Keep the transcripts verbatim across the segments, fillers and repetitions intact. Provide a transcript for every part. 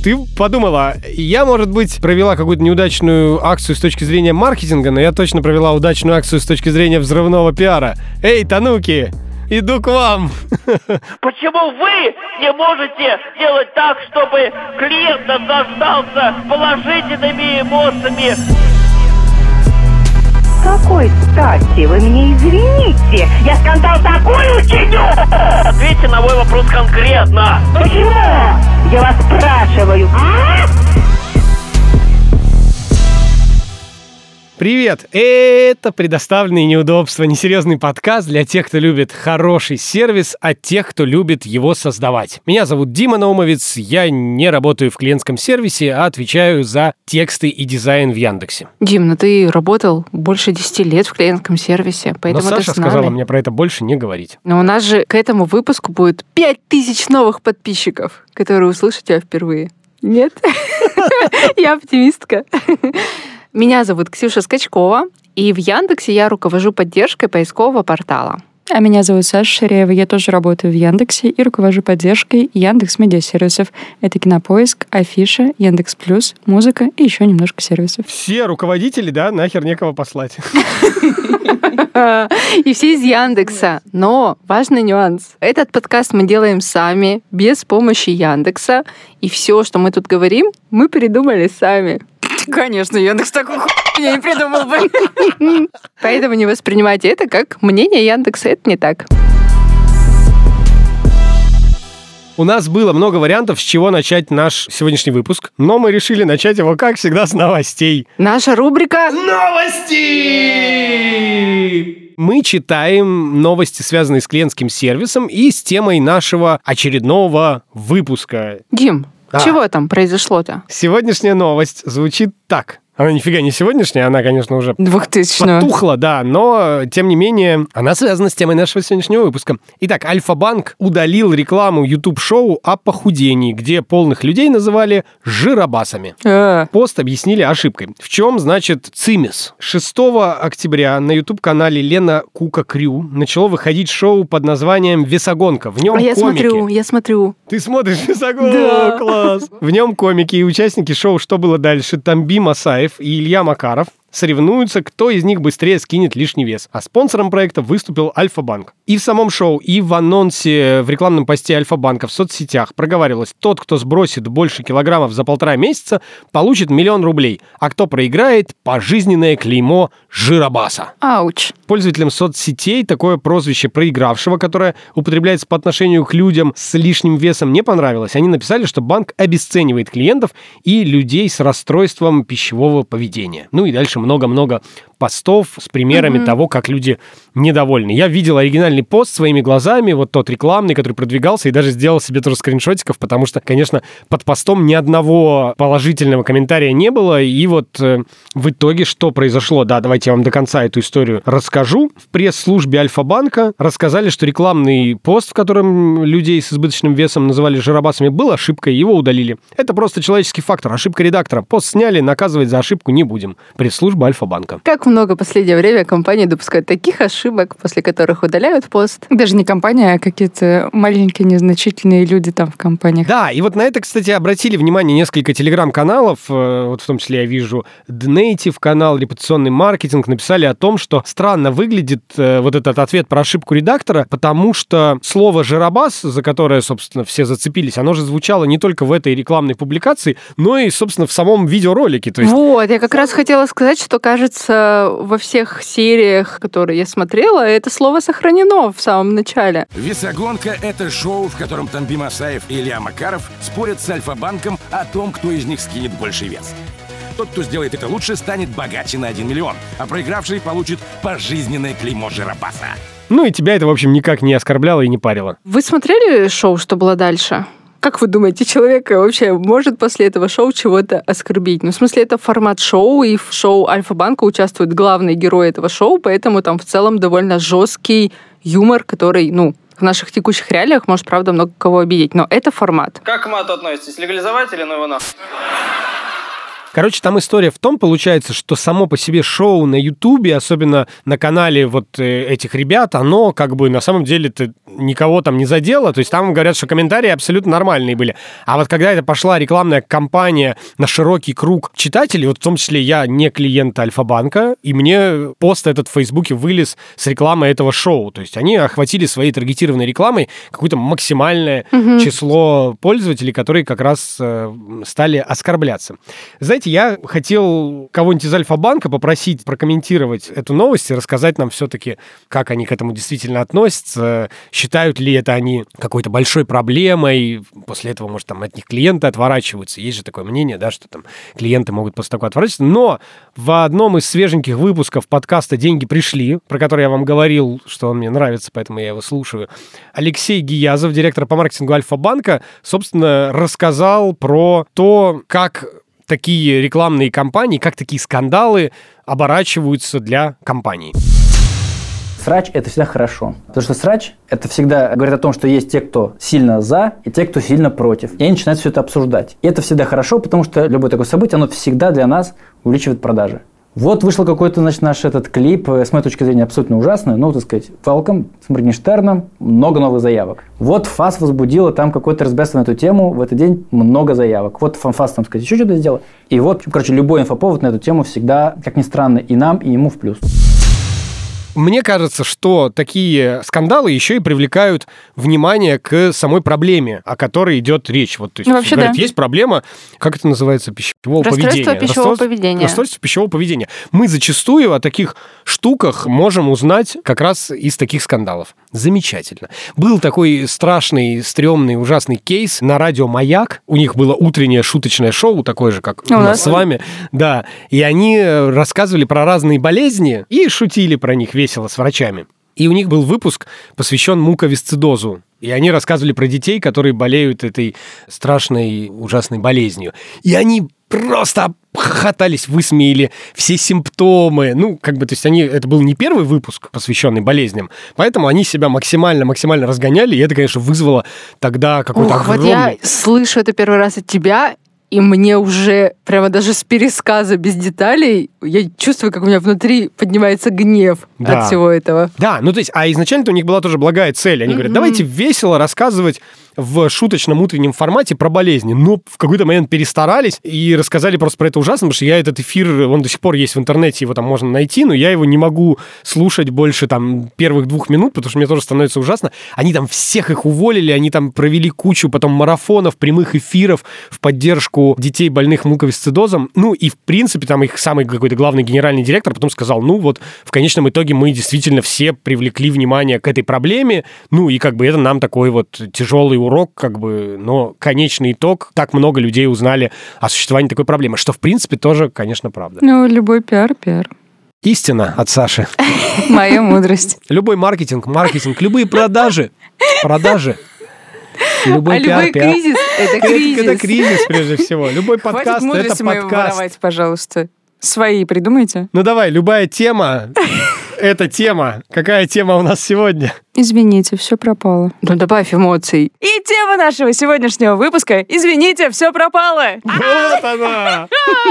ты подумала, я, может быть, провела какую-то неудачную акцию с точки зрения маркетинга, но я точно провела удачную акцию с точки зрения взрывного пиара. Эй, тануки, иду к вам. Почему вы не можете делать так, чтобы клиент наслаждался положительными эмоциями? С какой стати? Вы мне извините. Я скандал такой учиню! Ответьте на мой вопрос конкретно. Почему? Я вас спрашиваю. А? Привет! Это предоставленные неудобства, несерьезный подкаст для тех, кто любит хороший сервис, от тех, кто любит его создавать. Меня зовут Дима Наумовец, я не работаю в клиентском сервисе, а отвечаю за тексты и дизайн в Яндексе. Дим, ну ты работал больше десяти лет в клиентском сервисе, поэтому Но ты Саша с нами. сказала мне про это больше не говорить. Но у нас же к этому выпуску будет пять тысяч новых подписчиков, которые услышат тебя впервые. Нет? Я оптимистка. Меня зовут Ксюша Скачкова, и в Яндексе я руковожу поддержкой поискового портала. А меня зовут Саша Ширяева, я тоже работаю в Яндексе и руковожу поддержкой Яндекс Медиасервисов. Это Кинопоиск, Афиша, Яндекс.Плюс, музыка и еще немножко сервисов. Все руководители, да, нахер некого послать. И все из Яндекса. Но важный нюанс. Этот подкаст мы делаем сами, без помощи Яндекса. И все, что мы тут говорим, мы придумали сами. Конечно, Яндекс такую хуйню не придумал бы. Поэтому не воспринимайте это как мнение Яндекса. Это не так. У нас было много вариантов, с чего начать наш сегодняшний выпуск, но мы решили начать его, как всегда, с новостей. Наша рубрика Новости! Мы читаем новости, связанные с клиентским сервисом и с темой нашего очередного выпуска. Дим, А. чего там произошло-то? Сегодняшняя новость звучит так. Она нифига не сегодняшняя, она, конечно, уже Двухтысячную. потухла, да, но, тем не менее, она связана с темой нашего сегодняшнего выпуска. Итак, Альфа-банк удалил рекламу YouTube-шоу о похудении, где полных людей называли жиробасами. Э. Пост объяснили ошибкой. В чем, значит, цимис? шестого октября на YouTube-канале Лена Кука Крю начало выходить шоу под названием «Весогонка». В нем А я комики. смотрю, я смотрю. Ты смотришь «Весогонку»? Да. Класс! В нем комики и участники шоу «Что было дальше» Тамби Масаев и Илья Макаров соревнуются, кто из них быстрее скинет лишний вес. А спонсором проекта выступил Альфа-банк. И в самом шоу, и в анонсе, в рекламном посте Альфа-банка в соцсетях проговаривалось: тот, кто сбросит больше килограммов за полтора месяца, получит миллион рублей, а кто проиграет — пожизненное клеймо жиробаса. Ауч. Пользователям соцсетей такое прозвище проигравшего, которое употребляется по отношению к людям с лишним весом, не понравилось. Они написали, что банк обесценивает клиентов и людей с расстройством пищевого поведения. Ну и дальше много-много постов с примерами mm-hmm. того, как люди недовольны. Я видел оригинальный пост своими глазами, вот тот рекламный, который продвигался, и даже сделал себе тоже скриншотиков, потому что, конечно, под постом ни одного положительного комментария не было. И вот э, в итоге что произошло? Да, давайте я вам до конца эту историю расскажу. В пресс-службе Альфа-банка рассказали, что рекламный пост, в котором людей с избыточным весом называли жиробасами, был ошибкой, его удалили. Это просто человеческий фактор, ошибка редактора. Пост сняли, наказывать за ошибку не будем. Пресс-служба Альфа-банка. Как много в последнее время компании допускают таких ошибок, после которых удаляют пост. Даже не компания, а какие-то маленькие незначительные люди там в компаниях. Да, и вот на это, кстати, обратили внимание несколько телеграм-каналов, вот в том числе я вижу Dnative канал, репутационный маркетинг, написали о том, что странно выглядит вот этот ответ про ошибку редактора, потому что слово «жиробас», за которое, собственно, все зацепились, оно же звучало не только в этой рекламной публикации, но и, собственно, в самом видеоролике. То есть... Вот, я как раз хотела сказать, что, кажется, во всех сериях, которые я смотрела, это слово сохранено в самом начале. «Весогонка» — это шоу, в котором Тамби Масаев и Илья Макаров спорят с Альфа-банком о том, кто из них скинет больший вес. Тот, кто сделает это лучше, станет богаче на один миллион, а проигравший получит пожизненное клеймо жиробаса. Ну и тебя это, в общем, никак не оскорбляло и не парило. Вы смотрели шоу «Что было дальше»? Как вы думаете, человека вообще может после этого шоу чего-то оскорбить? Ну, в смысле, это формат шоу, и в шоу Альфа-банка участвует главный герой этого шоу, поэтому там в целом довольно жесткий юмор, который, ну, в наших текущих реалиях может, правда, много кого обидеть. Но это формат. Как к мату относитесь? Легализовать или ну его нахуй? Короче, там история в том, получается, что само по себе шоу на Ютубе, особенно на канале вот этих ребят, оно как бы на самом деле-то никого там не задело. То есть там говорят, что комментарии абсолютно нормальные были. А вот когда это пошла рекламная кампания на широкий круг читателей, вот в том числе я не клиент Альфа-банка, и мне пост этот в Фейсбуке вылез с рекламой этого шоу. То есть они охватили своей таргетированной рекламой какое-то максимальное угу. число пользователей, которые как раз э, стали оскорбляться. Знаете, я хотел кого-нибудь из Альфа-банка попросить прокомментировать эту новость и рассказать нам все-таки, как они к этому действительно относятся, считают ли это они какой-то большой проблемой, после этого, может, там от них клиенты отворачиваются. Есть же такое мнение, да, что там клиенты могут после такого отворачиваться. Но в одном из свеженьких выпусков подкаста «Деньги пришли», про который я вам говорил, что он мне нравится, поэтому я его слушаю, Алексей Гиязов, директор по маркетингу Альфа-банка, собственно, рассказал про то, как такие рекламные кампании, как такие скандалы оборачиваются для компаний. Срач – это всегда хорошо. Потому что срач – это всегда говорит о том, что есть те, кто сильно за, и те, кто сильно против. И они начинают все это обсуждать. И это всегда хорошо, потому что любое такое событие, оно всегда для нас увеличивает продажи. Вот вышел какой-то, значит, наш этот клип, с моей точки зрения, абсолютно ужасный, ну, так сказать, Welcome с Моргенштерном, много новых заявок. Вот ФАС возбудила там какой-то разбес на эту тему, в этот день много заявок. Вот ФАС, там, сказать, еще что-то сделал. И вот, короче, любой инфоповод на эту тему всегда, как ни странно, и нам, и ему в плюс. Мне кажется, что такие скандалы еще и привлекают внимание к самой проблеме, о которой идет речь. Вот, то есть, ну, вообще, говорят, да. есть проблема, как это называется, пищевого расстройство поведения. Пищевого Расстройство, поведения. расстройство пищевого поведения. Мы зачастую о таких штуках можем узнать как раз из таких скандалов. Замечательно. Был такой страшный, стрёмный, ужасный кейс на радио «Маяк». У них было утреннее шуточное шоу, такое же, как у у нас нас с вами. Да. И они рассказывали про разные болезни и шутили про них весело с врачами. И у них был выпуск, посвящен муковисцидозу. И они рассказывали про детей, которые болеют этой страшной, ужасной болезнью. И они просто хохотались, высмеяли все симптомы. Ну, как бы, то есть они... Это был не первый выпуск, посвященный болезням, поэтому они себя максимально-максимально разгоняли, и это, конечно, вызвало тогда какой-то Ух, огромный... вот я слышу это первый раз от тебя, и мне уже прямо даже с пересказа без деталей я чувствую, как у меня внутри поднимается гнев Да. от всего этого. Да, ну то есть, а изначально-то у них была тоже благая цель. Они mm-hmm. говорят, давайте весело рассказывать в шуточном утреннем формате про болезни. Но в какой-то момент перестарались и рассказали просто про это ужасно, потому что я этот эфир, он до сих пор есть в интернете, его там можно найти, но я его не могу слушать больше там первых двух минут, потому что мне тоже становится ужасно. Они там всех их уволили, они там провели кучу потом марафонов, прямых эфиров в поддержку детей, больных муковисцидозом. Ну и в принципе там их самый какой-то главный генеральный директор потом сказал, ну вот в конечном итоге мы действительно все привлекли внимание к этой проблеме, ну и как бы это нам такой вот тяжелый урок, как бы, но конечный итог, так много людей узнали о существовании такой проблемы, что в принципе тоже, конечно, правда. Ну, любой пиар, пиар. Истина от Саши. Моя мудрость. Любой маркетинг, маркетинг, любые продажи, продажи. Любой а пиар, любой пиар. кризис — это кризис. Это кризис, прежде всего. Любой подкаст — Хватит мудрости это моей подкаст. воровать, пожалуйста. Свои придумайте. Ну давай, любая тема — это тема. Какая тема у нас сегодня? Извините, все пропало. Ну, добавь эмоций. И тема нашего сегодняшнего выпуска «Извините, все пропало». Вот она!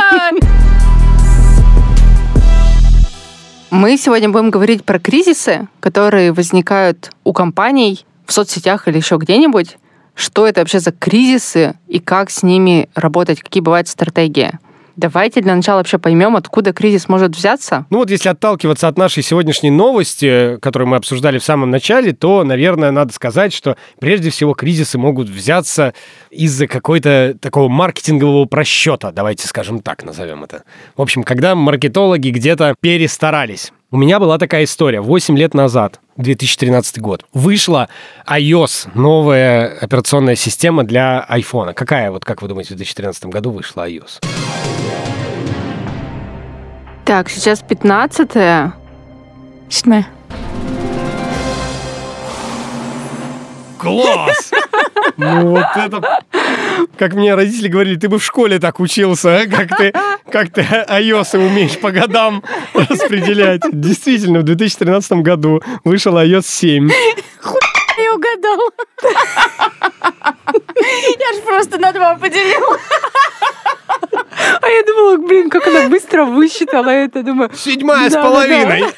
Мы сегодня будем говорить про кризисы, которые возникают у компаний в соцсетях или еще где-нибудь. Что это вообще за кризисы и как с ними работать, какие бывают стратегии. Давайте для начала вообще поймем, откуда кризис может взяться. Ну вот если отталкиваться от нашей сегодняшней новости, которую мы обсуждали в самом начале, то, наверное, надо сказать, что прежде всего кризисы могут взяться из-за какой-то такого маркетингового просчета, давайте скажем так, назовем это. В общем, когда маркетологи где-то перестарались. У меня была такая история. восемь лет назад, две тысячи тринадцатый год, вышла iOS, новая операционная система для айфона. Какая, вот как вы думаете, в две тысячи тринадцатом году вышла iOS? Так, сейчас пятнадцатое. Седьмая. Класс! Ну вот это... Как мне родители говорили, ты бы в школе так учился, а? Как ты, как ты iOS умеешь по годам распределять. Действительно, в две тысячи тринадцатом году вышел iOS семь. Я угадала. Я ж просто на два поделила. А я думала, быстро высчитала это, думаю... Седьмая да, с половиной. Да,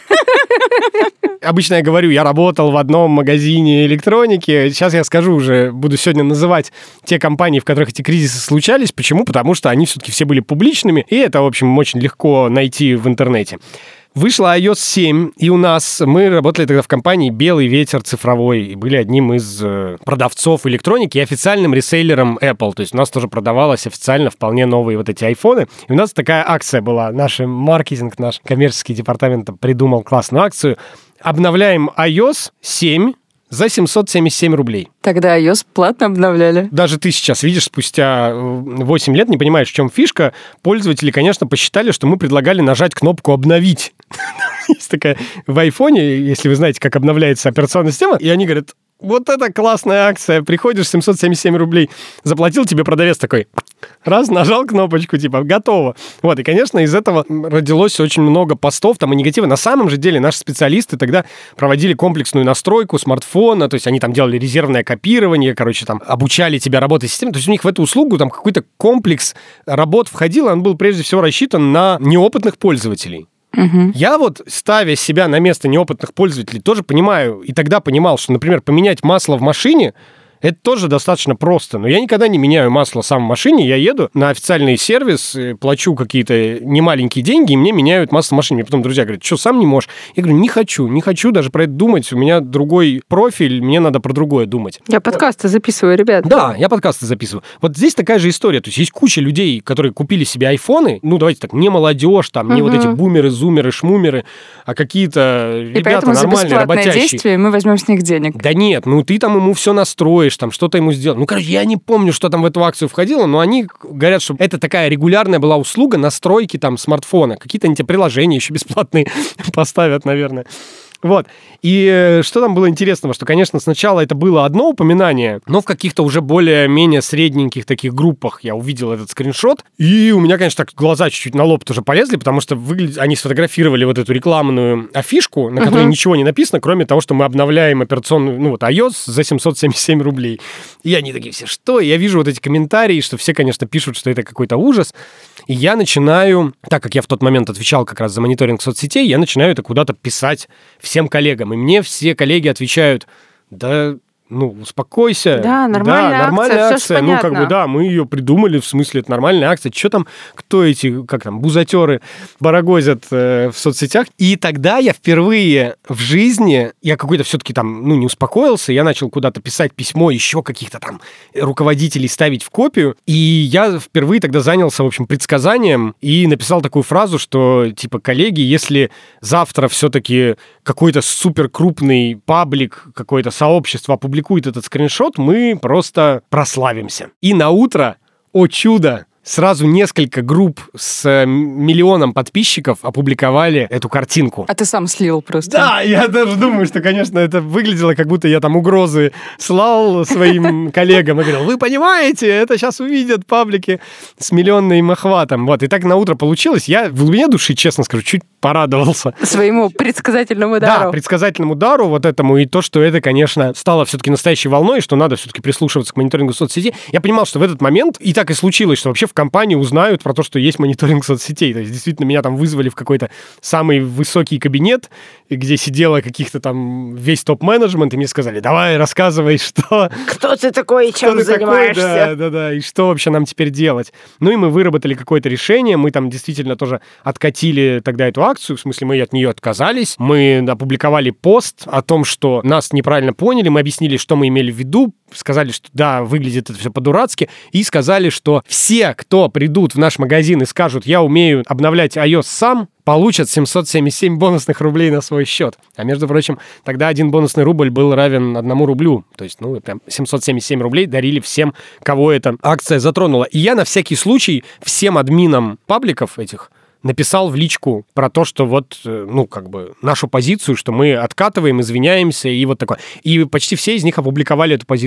да. Обычно я говорю, я работал в одном магазине электроники. Сейчас я скажу уже, буду сегодня называть те компании, в которых эти кризисы случались. Почему? Потому что они все-таки все были публичными, и это, в общем, очень легко найти в интернете. Вышла ай о эс семь, и у нас, мы работали тогда в компании «Белый ветер цифровой», и были одним из э, продавцов электроники и официальным ресейлером Apple. То есть у нас тоже продавалось официально вполне новые вот эти айфоны. И у нас такая акция была. Наш маркетинг, наш коммерческий департамент придумал классную акцию. Обновляем ай о эс семь за семьсот семьдесят семь рублей. Тогда iOS платно обновляли. Даже ты сейчас видишь, спустя восемь лет, не понимаешь, в чем фишка. Пользователи, конечно, посчитали, что мы предлагали нажать кнопку «Обновить». Есть такая в айфоне, если вы знаете, как обновляется операционная система, и они говорят, вот это классная акция, приходишь, семьсот семьдесят семь рублей заплатил, тебе продавец такой, раз, нажал кнопочку, типа, готово. Вот, и, конечно, из этого родилось очень много постов там и негатива. На самом же деле наши специалисты тогда проводили комплексную настройку смартфона, то есть они там делали резервное копирование, короче, там, обучали тебя работать с системой, то есть у них в эту услугу там какой-то комплекс работ входил, он был прежде всего рассчитан на неопытных пользователей. Угу. Я вот, ставя себя на место неопытных пользователей, тоже понимаю, и тогда понимал, что, например, поменять масло в машине, это тоже достаточно просто. Но я никогда не меняю масло сам в машине. Я еду на официальный сервис, плачу какие-то немаленькие деньги, и мне меняют масло в машине. Мне потом друзья говорят, что, сам не можешь? Я говорю, не хочу, не хочу даже про это думать. У меня другой профиль, мне надо про другое думать. Я подкасты записываю, ребят. Да, я подкасты записываю. Вот здесь такая же история. То есть есть куча людей, которые купили себе айфоны. Ну, давайте так, не молодежь, там, не Угу. вот эти бумеры, зумеры, шмумеры, а какие-то И ребята поэтому за нормальные, бесплатное работящие. действие мы возьмем с них денег. Да нет, ну ты там ему все настроишь, там что-то ему сделаешь. Ну, короче, я не помню, что там в эту акцию входило, но они говорят, что это такая регулярная была услуга настройки там смартфона. Какие-то они тебе приложения еще бесплатные поставят, наверное. Вот. И э, что там было интересного, что, конечно, сначала это было одно упоминание, но в каких-то уже более-менее средненьких таких группах я увидел этот скриншот, и у меня, конечно, так глаза чуть-чуть на лоб тоже полезли, потому что выглядит... они сфотографировали вот эту рекламную афишку, на которой uh-huh. ничего не написано, кроме того, что мы обновляем операционную, ну вот, iOS за семьсот семьдесят семь рублей. И они такие все, что? И я вижу вот эти комментарии, что все, конечно, пишут, что это какой-то ужас, и я начинаю, так как я в тот момент отвечал как раз за мониторинг соцсетей, я начинаю это куда-то писать всем коллегам. И мне все коллеги отвечают, да, ну, успокойся. Да, нормальная да, нормальная акция, акция. всё ж Ну, как понятно. бы, да, мы ее придумали, в смысле, это нормальная акция. Что там, кто эти, как там, бузатеры барагозят э, в соцсетях? И тогда я впервые в жизни, я какой-то все-таки там, ну, не успокоился, я начал куда-то писать письмо, еще каких-то там руководителей ставить в копию, и я впервые тогда занялся, в общем, предсказанием и написал такую фразу, что, типа, коллеги, если завтра все-таки какой-то суперкрупный паблик, какое-то сообщество опубликует этот скриншот, мы просто прославимся. И на утро, о чудо, сразу несколько групп с миллионом подписчиков опубликовали эту картинку. А ты сам слил просто. Да, я даже думаю, что, конечно, это выглядело, как будто я там угрозы слал своим коллегам и говорил, вы понимаете, это сейчас увидят паблики с миллионным охватом. Вот, и так на утро получилось. Я в глубине души, честно скажу, чуть порадовался. Своему предсказательному удару. Да, предсказательному удару вот этому, и то, что это, конечно, стало все-таки настоящей волной, что надо все-таки прислушиваться к мониторингу соцсетей. Я понимал, что в этот момент, и так и случилось, что вообще в компании узнают про то, что есть мониторинг соцсетей. То есть, действительно, меня там вызвали в какой-то самый высокий кабинет, где сидело каких-то там весь топ-менеджмент, и мне сказали, давай, рассказывай, что... Кто ты такой и чем Кто ты занимаешься? такой, да, да, да, и что вообще нам теперь делать? Ну, и мы выработали какое-то решение, мы там действительно тоже откатили тогда эту акцию, в смысле, мы от нее отказались, мы опубликовали пост о том, что нас неправильно поняли, мы объяснили, что мы имели в виду, сказали, что да, выглядит это все по-дурацки, и сказали, что все, кто придут в наш магазин и скажут, я умею обновлять iOS сам, получат семьсот семьдесят семь бонусных рублей на свой счет. А между прочим, тогда один бонусный рубль был равен одному рублю. То есть, ну, прям семьсот семьдесят семь рублей дарили всем, кого эта акция затронула. И я на всякий случай всем админам пабликов этих написал в личку про то, что вот, ну, как бы, нашу позицию, что мы откатываем, извиняемся, и вот такое. И почти все из них опубликовали эту позицию.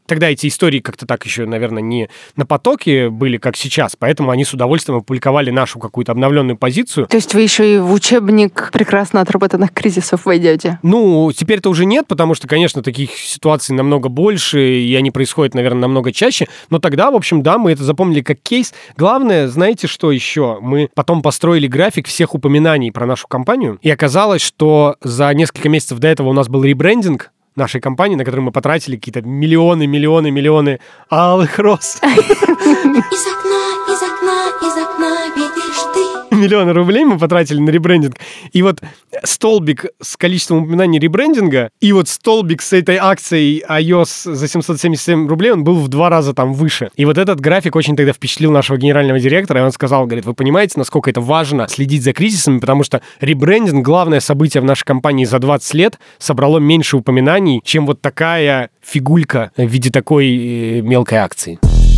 Тогда эти истории как-то так еще, наверное, не на потоке были, как сейчас, поэтому они с удовольствием опубликовали нашу какую-то обновленную позицию. То есть вы еще и в учебник прекрасно отработанных кризисов войдете? Ну, теперь-то уже нет, потому что, конечно, таких ситуаций намного больше, и они происходят, наверное, намного чаще. Но тогда, в общем, да, мы это запомнили как кейс. Главное, знаете, что еще? Мы потом построили график всех упоминаний про нашу компанию, и оказалось, что за несколько месяцев до этого у нас был ребрендинг нашей компании, на которую мы потратили какие-то миллионы, миллионы, миллионы алых роз. Из окна, из окна, из окна видишь ты. Миллионы рублей мы потратили на ребрендинг. И вот столбик с количеством упоминаний ребрендинга и вот столбик с этой акцией iOS за семьсот семьдесят семь рублей, он был в два раза там выше. И вот этот график очень тогда впечатлил нашего генерального директора, и он сказал, говорит, вы понимаете, насколько это важно следить за кризисами, потому что ребрендинг, главное событие в нашей компании за двадцать лет, собрало меньше упоминаний, чем вот такая фигулька в виде такой мелкой акции.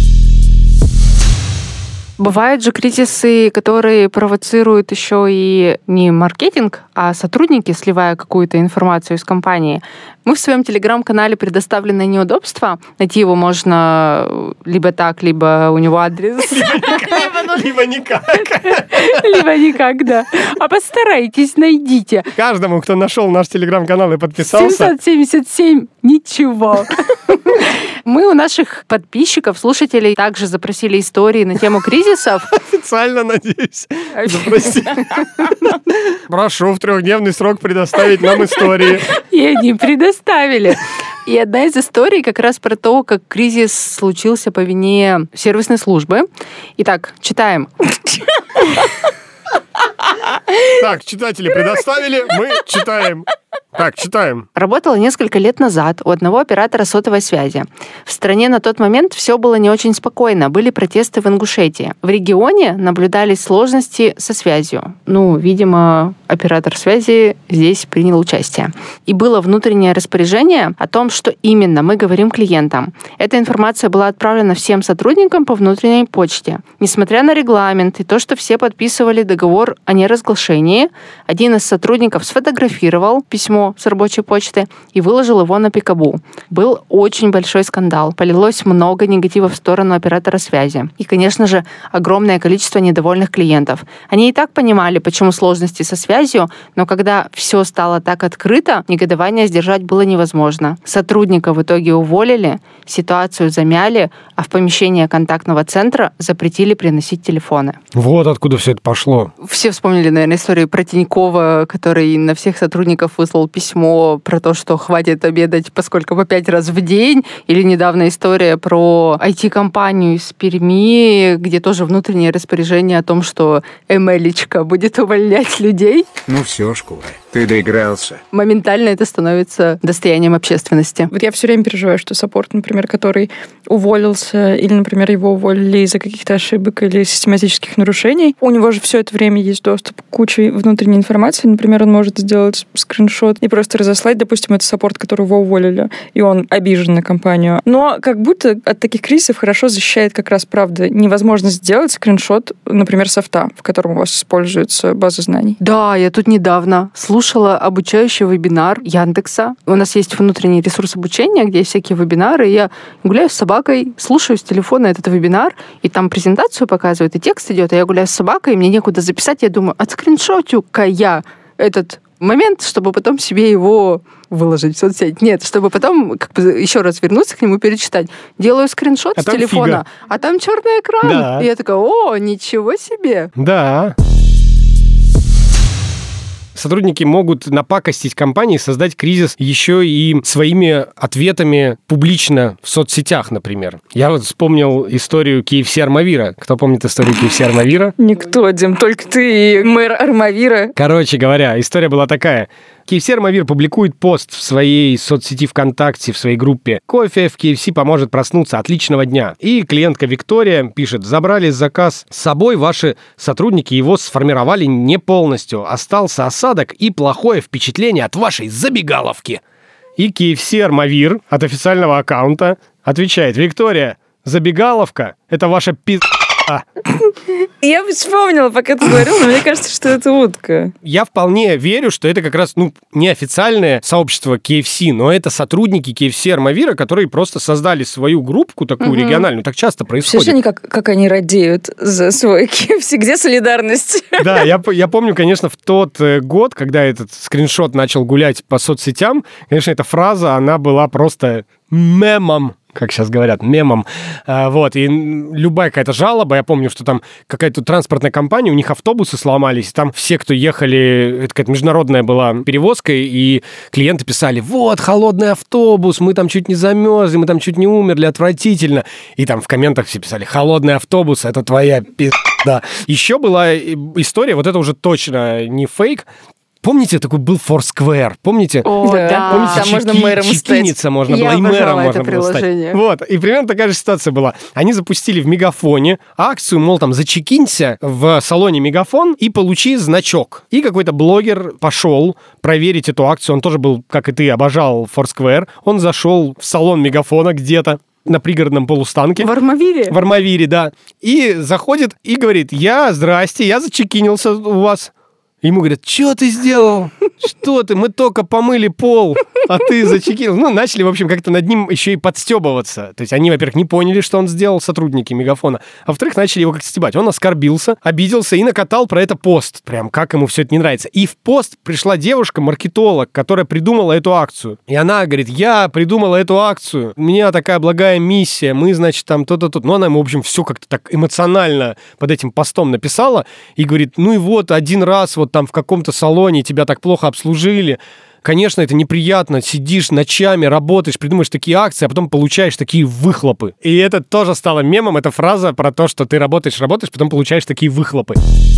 Бывают же кризисы, которые провоцируют еще и не маркетинг, а сотрудники, сливая какую-то информацию из компании. Мы в своем телеграм-канале «Предоставленное неудобство». Найти его можно либо так, либо у него адрес. Либо никак. Либо никак, да. А постарайтесь, найдите. Каждому, кто нашел наш телеграм-канал и подписался... семьсот семьдесят семь, ничего. Мы у наших подписчиков, слушателей также запросили истории на тему кризисов. Официально, надеюсь. Запросили. Прошу в трехдневный срок предоставить нам истории. И они предоставили. И одна из историй как раз про то, как кризис случился по вине сервисной службы. Итак, читаем. Так, читатели предоставили, мы читаем. Так, читаем. Работала несколько лет назад у одного оператора сотовой связи. В стране на тот момент все было не очень спокойно. Были протесты в Ингушетии. В регионе наблюдались сложности со связью. Ну, видимо, оператор связи здесь принял участие. И было внутреннее распоряжение о том, что именно мы говорим клиентам. Эта информация была отправлена всем сотрудникам по внутренней почте. Несмотря на регламент и то, что все подписывали договор о неразглашении, один из сотрудников сфотографировал письмо с рабочей почты и выложил его на Пикабу. Был очень большой скандал. Полилось много негатива в сторону оператора связи. И, конечно же, огромное количество недовольных клиентов. Они и так понимали, почему сложности со связью, но когда все стало так открыто, негодование сдержать было невозможно. Сотрудника в итоге уволили, ситуацию замяли, а в помещение контактного центра запретили приносить телефоны. Вот откуда все это пошло. Все вспомнили, наверное, историю про Тинькова, который на всех сотрудников выслал письмо про то, что хватит обедать поскольку по пять раз в день. Или недавно история про ай ти-компанию из Перми, где тоже внутреннее распоряжение о том, что Эмелечка будет увольнять людей. Ну все, школа, ты доигрался. Моментально это становится достоянием общественности. Вот я все время переживаю, что саппорт, например, который уволился, или, например, его уволили из-за каких-то ошибок или систематических нарушений, у него же все это время есть доступ к куче внутренней информации. Например, он может сделать скриншот и просто разослать, допустим, это саппорт, который его уволили, и он обижен на компанию. Но как будто от таких кризисов хорошо защищает как раз, правда, невозможность сделать скриншот, например, софта, в котором у вас используется база знаний. Да, я тут недавно слушала обучающий вебинар Яндекса. У нас есть внутренний ресурс обучения, где есть всякие вебинары, и я гуляю с собакой, слушаю с телефона этот вебинар, и там презентацию показывают, и текст идет, а я гуляю с собакой, и мне некуда записать, я думаю, отскриншотю-ка я этот момент, чтобы потом себе его выложить в соцсеть. Нет, чтобы потом как бы еще раз вернуться к нему, перечитать. Делаю скриншот а с телефона, фига. А там черный экран. Да. И я такая, о, ничего себе. Да. Сотрудники могут напакостить компании, создать кризис еще и своими ответами публично в соцсетях, например. Я вот вспомнил историю кей эф си Армавира. Кто помнит историю кей эф си Армавира? Никто, Дим, только ты и мэр Армавира. Короче говоря, история была такая. кей эф си Армавир публикует пост в своей соцсети ВКонтакте, в своей группе. Кофе в кей эф си поможет проснуться. Отличного дня. И клиентка Виктория пишет: забрали заказ с собой, ваши сотрудники его сформировали не полностью. Остался осадок и плохое впечатление от вашей забегаловки. И кей эф си Армавир от официального аккаунта отвечает: Виктория, забегаловка — это ваша пи***, Я вспомнила, пока ты говорил, но мне кажется, что это утка. Я вполне верю, что это как раз, ну, неофициальное сообщество кей эф си, но это сотрудники кей эф си Армавира, которые просто создали свою группку такую угу. региональную. Так часто происходит. Слушай, они как, как они радеют за свой кей эф си. Где солидарность? Да, я, я помню, конечно, в тот год, когда этот скриншот начал гулять по соцсетям, конечно, эта фраза, она была просто мемом, как сейчас говорят, мемом. А, вот, и любая какая-то жалоба, я помню, что там какая-то транспортная компания, у них автобусы сломались, там все, кто ехали, это какая-то международная была перевозка, и клиенты писали: вот, холодный автобус, мы там чуть не замерзли, мы там чуть не умерли, отвратительно. И там в комментах все писали: холодный автобус, это твоя пизда. Еще была история, вот это уже точно не фейк. Помните, такой был Foursquare? Помните? О, да. Помните, там чеки, можно мэром чекиниться стать. можно Я было, и мэром можно это было стать. приложение. Вот, и примерно такая же ситуация была. Они запустили в Мегафоне акцию, мол, там, зачекинься в салоне Мегафон и получи значок. И какой-то блогер пошел проверить эту акцию. Он тоже был, как и ты, обожал Foursquare. Он зашел в салон Мегафона где-то на пригородном полустанке. В Армавире? В Армавире, да. И заходит и говорит: я, здрасте, я зачекинился у вас. Ему говорят: что ты сделал? Что ты? Мы только помыли пол, а ты зачекинул. Ну, начали, в общем, как-то над ним еще и подстебываться. То есть они, во-первых, не поняли, что он сделал, сотрудники Мегафона, а во-вторых, начали его как-то стебать. Он оскорбился, обиделся и накатал про это пост. Прям как ему все это не нравится. И в пост пришла девушка-маркетолог, которая придумала эту акцию. И она говорит: я придумала эту акцию, у меня такая благая миссия, мы, значит, там то-то тут. Ну, она ему, в общем, все как-то так эмоционально под этим постом написала и говорит: ну и вот один раз вот там в каком-то салоне тебя так плохо обслужили. Конечно, это неприятно. Сидишь ночами, работаешь, придумаешь такие акции, а потом получаешь такие выхлопы. И это тоже стало мемом. Эта фраза про то, что ты работаешь, работаешь, потом получаешь такие выхлопы.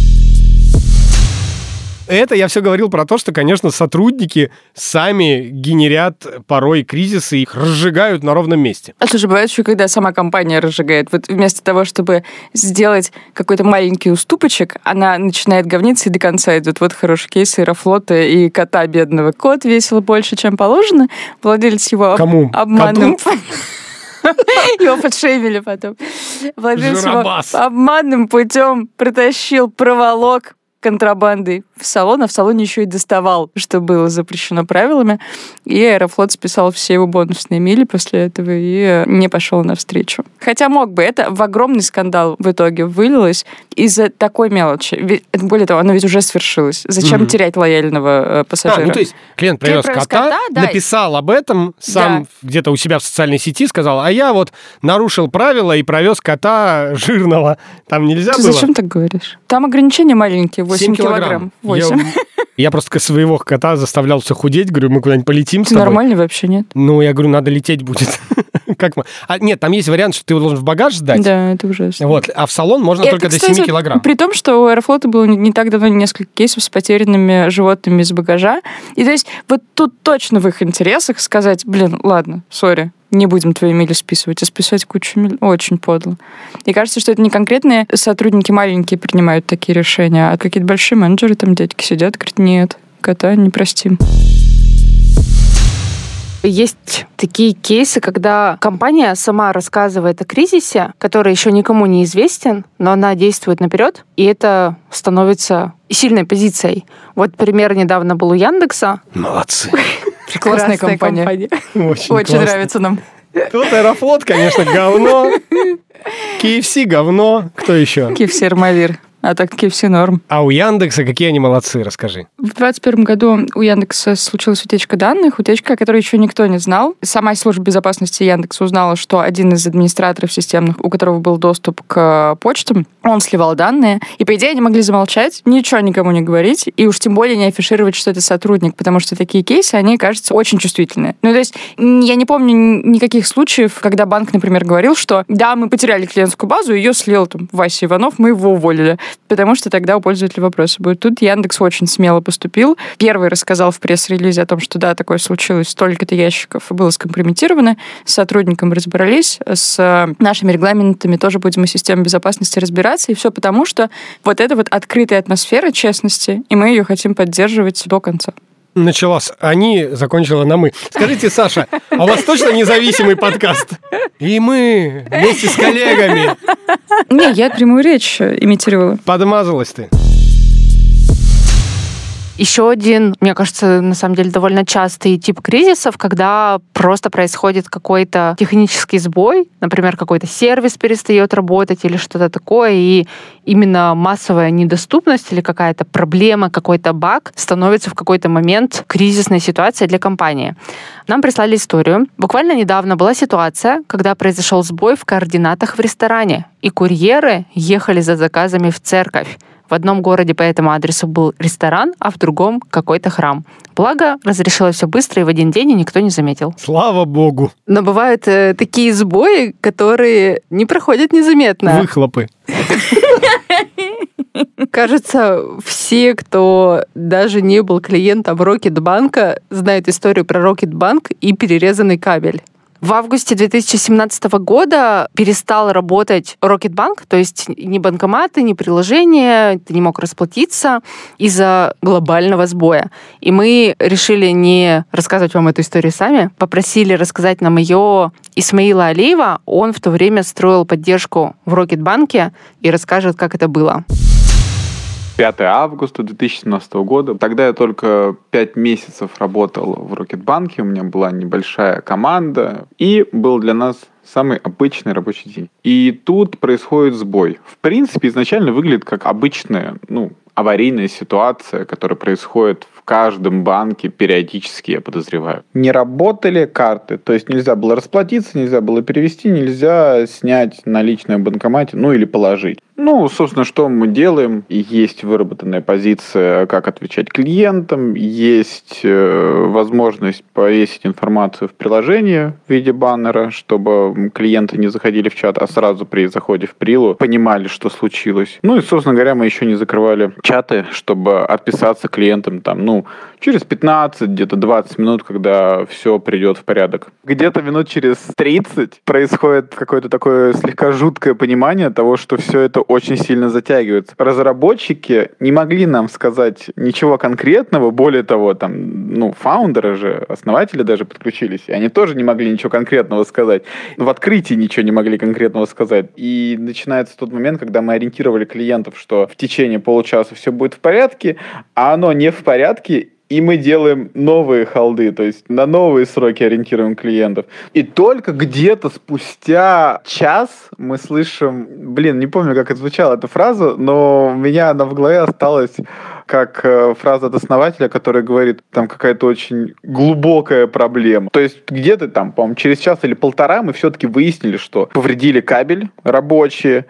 Это я все говорил про то, что, конечно, сотрудники сами генерят порой кризисы, их разжигают на ровном месте. А слушай, бывает еще, когда сама компания разжигает. Вот вместо того, чтобы сделать какой-то маленький уступочек, она начинает говниться и до конца идет. Вот хороший кейс Аэрофлота и кота бедного. Кот весил больше, чем положено. Владелец его Кому? обманным... Его подшеймили потом. Владелец его обманным путем протащил проволок контрабандой в салон, а в салоне еще и доставал, что было запрещено правилами. И Аэрофлот списал все его бонусные мили после этого и не пошел навстречу. Хотя мог бы. Это в огромный скандал в итоге вылилось из-за такой мелочи. Ведь, более того, оно ведь уже свершилось. Зачем mm-hmm. терять лояльного э, пассажира? А, ну, то есть клиент привез кота, кота да, написал об этом, сам да. где-то у себя в социальной сети сказал: а я вот нарушил правила и провез кота жирного. Там нельзя Ты было? Зачем так говоришь? Там ограничения маленькие, восемь килограмм. восемь. Я, я просто своего кота заставлял все худеть. Говорю: мы куда-нибудь полетим с Ты тобой. Нормально вообще, нет? Ну, я говорю, надо лететь будет. Как мы? А, нет, там есть вариант, что ты его должен в багаж сдать. Да, это ужасно. Вот, а в салон можно это, только кстати, до семи килограмм. При том, что у Аэрофлота было не так давно несколько кейсов с потерянными животными из багажа. И то есть вот тут точно в их интересах сказать: блин, ладно, сори, не будем твои мили списывать, а списать кучу миль. Очень подло. И кажется, что это не конкретные сотрудники маленькие принимают такие решения, а какие-то большие менеджеры, там дядьки сидят и говорят: нет, кота не простим. Есть такие кейсы, когда компания сама рассказывает о кризисе, который еще никому не известен, но она действует наперед, и это становится сильной позицией. Вот пример недавно был у Яндекса. Молодцы. Прекрасная компания. Очень, Очень нравится нам. Тут Аэрофлот, конечно, говно. кей эф си говно. Кто еще? кей эф си Армавир. А так кей эф си норм. А у Яндекса какие они молодцы, расскажи. В двадцать первом году у Яндекса случилась утечка данных, утечка, о которой еще никто не знал. Сама служба безопасности Яндекса узнала, что один из администраторов системных, у которого был доступ к почтам, он сливал данные. И, по идее, они могли замолчать, ничего никому не говорить, и уж тем более не афишировать, что это сотрудник, потому что такие кейсы, они, кажется, очень чувствительные. Ну, то есть, я не помню никаких случаев, когда банк, например, говорил, что да, мы потеряли клиентскую базу, ее слил там Вася Иванов, мы его уволили. Потому что тогда у пользователя вопросы будут. Тут Яндекс очень смело поступил. Первый рассказал в пресс-релизе о том, что да, такое случилось, столько-то ящиков было скомпрометировано. С сотрудником разобрались, с нашими регламентами тоже будем и системой безопасности разбираться. И все потому, что вот эта вот открытая атмосфера честности, и мы ее хотим поддерживать до конца. Началось «они», закончила на «мы». Скажите, Саша, а у вас точно независимый подкаст? И мы вместе с коллегами. Не, я прямую речь имитировала. Подмазалась ты. Еще один, мне кажется, на самом деле довольно частый тип кризисов, когда просто происходит какой-то технический сбой, например, какой-то сервис перестает работать или что-то такое, и именно массовая недоступность или какая-то проблема, какой-то баг становится в какой-то момент кризисной ситуацией для компании. Нам прислали историю. Буквально недавно была ситуация, когда произошел сбой в координатах в ресторане, и курьеры ехали за заказами в церковь. В одном городе по этому адресу был ресторан, а в другом какой-то храм. Благо, разрешилось все быстро, и в один день и никто не заметил. Слава богу. Но бывают э, такие сбои, которые не проходят незаметно. Выхлопы. Кажется, все, кто даже не был клиентом Рокетбанка, знают историю про Рокетбанк и перерезанный кабель. В августе две тысячи семнадцатого года перестал работать Рокетбанк, то есть ни банкоматы, ни приложения, ты не мог расплатиться из-за глобального сбоя. И мы решили не рассказывать вам эту историю сами, попросили рассказать нам ее Исмаила Алиева. Он в то время строил поддержку в Рокетбанке и расскажет, как это было. пятого августа две тысячи семнадцатого года. Тогда я только пять месяцев работал в Рокетбанке, у меня была небольшая команда, и был для нас самый обычный рабочий день. И тут происходит сбой. В принципе, изначально выглядит как обычная, ну, аварийная ситуация, которая происходит в каждом банке периодически, я подозреваю. Не работали карты, то есть нельзя было расплатиться, нельзя было перевести, нельзя снять наличные в банкомате, ну или положить. Ну, собственно, что мы делаем? Есть выработанная позиция, как отвечать клиентам, есть э, возможность повесить информацию в приложении в виде баннера, чтобы клиенты не заходили в чат, а сразу при заходе в прилу понимали, что случилось. Ну и, собственно говоря, мы еще не закрывали чаты, чтобы отписаться клиентам там, ну, через пятнадцать, где-то двадцать минут, когда все придет в порядок. Где-то минут через тридцать происходит какое-то такое слегка жуткое понимание того, что все это очень сильно затягивается. Разработчики не могли нам сказать ничего конкретного, более того, там, ну, фаундеры же, основатели даже подключились, и они тоже не могли ничего конкретного сказать. В открытии ничего не могли конкретного сказать. И начинается тот момент, когда мы ориентировали клиентов, что в течение получаса все будет в порядке, а оно не в порядке, и мы делаем новые холды, то есть на новые сроки ориентируем клиентов. И только где-то спустя час мы слышим, блин, не помню, как это звучала эта фраза, но у меня она в голове осталась как фраза от основателя, который говорит, там какая-то очень глубокая проблема. То есть где-то там, по-моему, через час или полтора мы все-таки выяснили, что повредили кабель рабочие,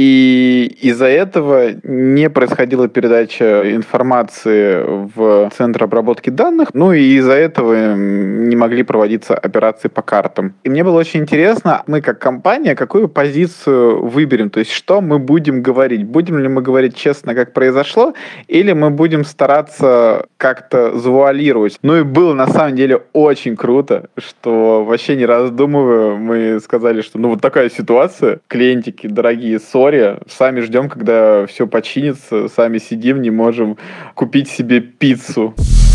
и из-за этого не происходила передача информации в центр обработки данных, ну и из-за этого не могли проводиться операции по картам. И мне было очень интересно, мы как компания, какую позицию выберем, то есть что мы будем говорить? Будем ли мы говорить честно, как произошло, или мы будем стараться как-то завуалировать? Ну и было на самом деле очень круто, что вообще не раздумывая, мы сказали, что ну вот такая ситуация, клиентики дорогие, сори, сами ждем, когда все починится, сами сидим, не можем купить себе пиццу.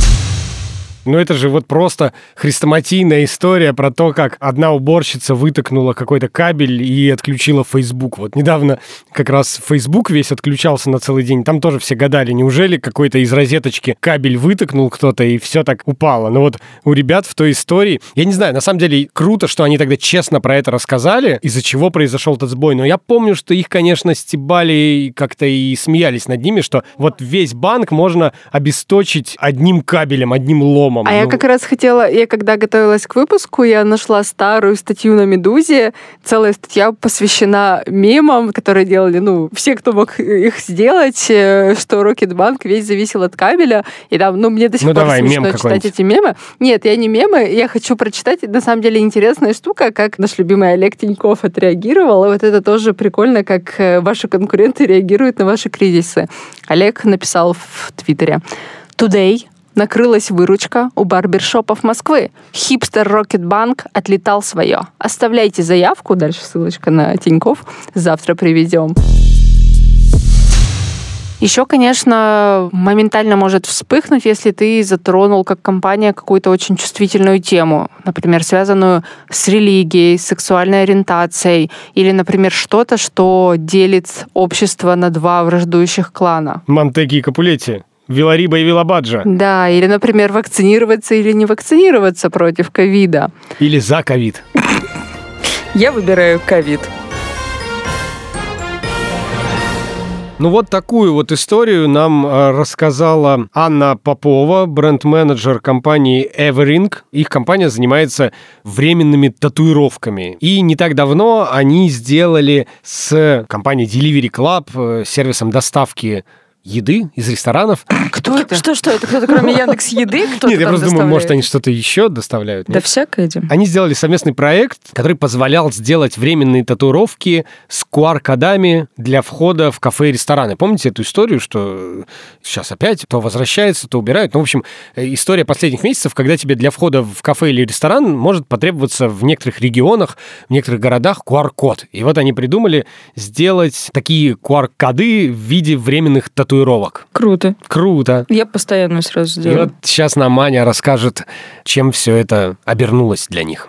Ну, это же вот просто хрестоматийная история про то, как одна уборщица вытыкнула какой-то кабель и отключила Facebook. Вот недавно как раз Facebook весь отключался на целый день. Там тоже все гадали, неужели какой-то из розеточки кабель вытыкнул кто-то и все так упало. Но вот у ребят в той истории, я не знаю, на самом деле круто, что они тогда честно про это рассказали, из-за чего произошел этот сбой. Но я помню, что их, конечно, стебали и как-то и смеялись над ними, что вот весь банк можно обесточить одним кабелем, одним ломом. А ну... я как раз хотела, я когда готовилась к выпуску, я нашла старую статью на «Медузе». Целая статья посвящена мемам, которые делали, ну, все, кто мог их сделать, что Рокетбанк весь зависел от кабеля. И там, ну, мне до сих ну, пор давай, смешно читать эти мемы. Нет, я не мемы, я хочу прочитать. На самом деле интересная штука, как наш любимый Олег Тиньков отреагировал. И вот это тоже прикольно, как ваши конкуренты реагируют на ваши кризисы. Олег написал в Твиттере: «Today накрылась выручка у барбершопов Москвы. Хипстер Рокетбанк отлетал свое. Оставляйте заявку». Дальше ссылочка на Тинькофф. Завтра приведем. Еще, конечно, моментально может вспыхнуть, если ты затронул как компания какую-то очень чувствительную тему, например, связанную с религией, с сексуальной ориентацией, или, например, что-то, что делит общество на два враждующих клана. Монтеки и Капулетти. Вилариба и Вилабаджа. Да, или, например, вакцинироваться или не вакцинироваться против ковида. Или за ковид. Я выбираю ковид. Ну вот такую вот историю нам рассказала Анна Попова, бренд-менеджер компании Everink. Их компания занимается временными татуировками. И не так давно они сделали с компанией Delivery Club, сервисом доставки еды из ресторанов. Кто это? Что, что, это кто-то кроме Яндекс.Еды? Кто-то Нет, я там просто думаю, доставляет? может, они что-то еще доставляют. Да нет? всякое, Дим. Они сделали совместный проект, который позволял сделать временные татуировки с ку ар-кодами для входа в кафе и рестораны. Помните эту историю, что сейчас опять то возвращается, то убирают? Ну, в общем, история последних месяцев, когда тебе для входа в кафе или ресторан может потребоваться в некоторых регионах, в некоторых городах ку ар-код. И вот они придумали сделать такие ку ар-коды в виде временных татуировок. Круто. Круто. Я постоянно сразу И сделаю. вот сейчас нам Аня расскажет, чем все это обернулось для них.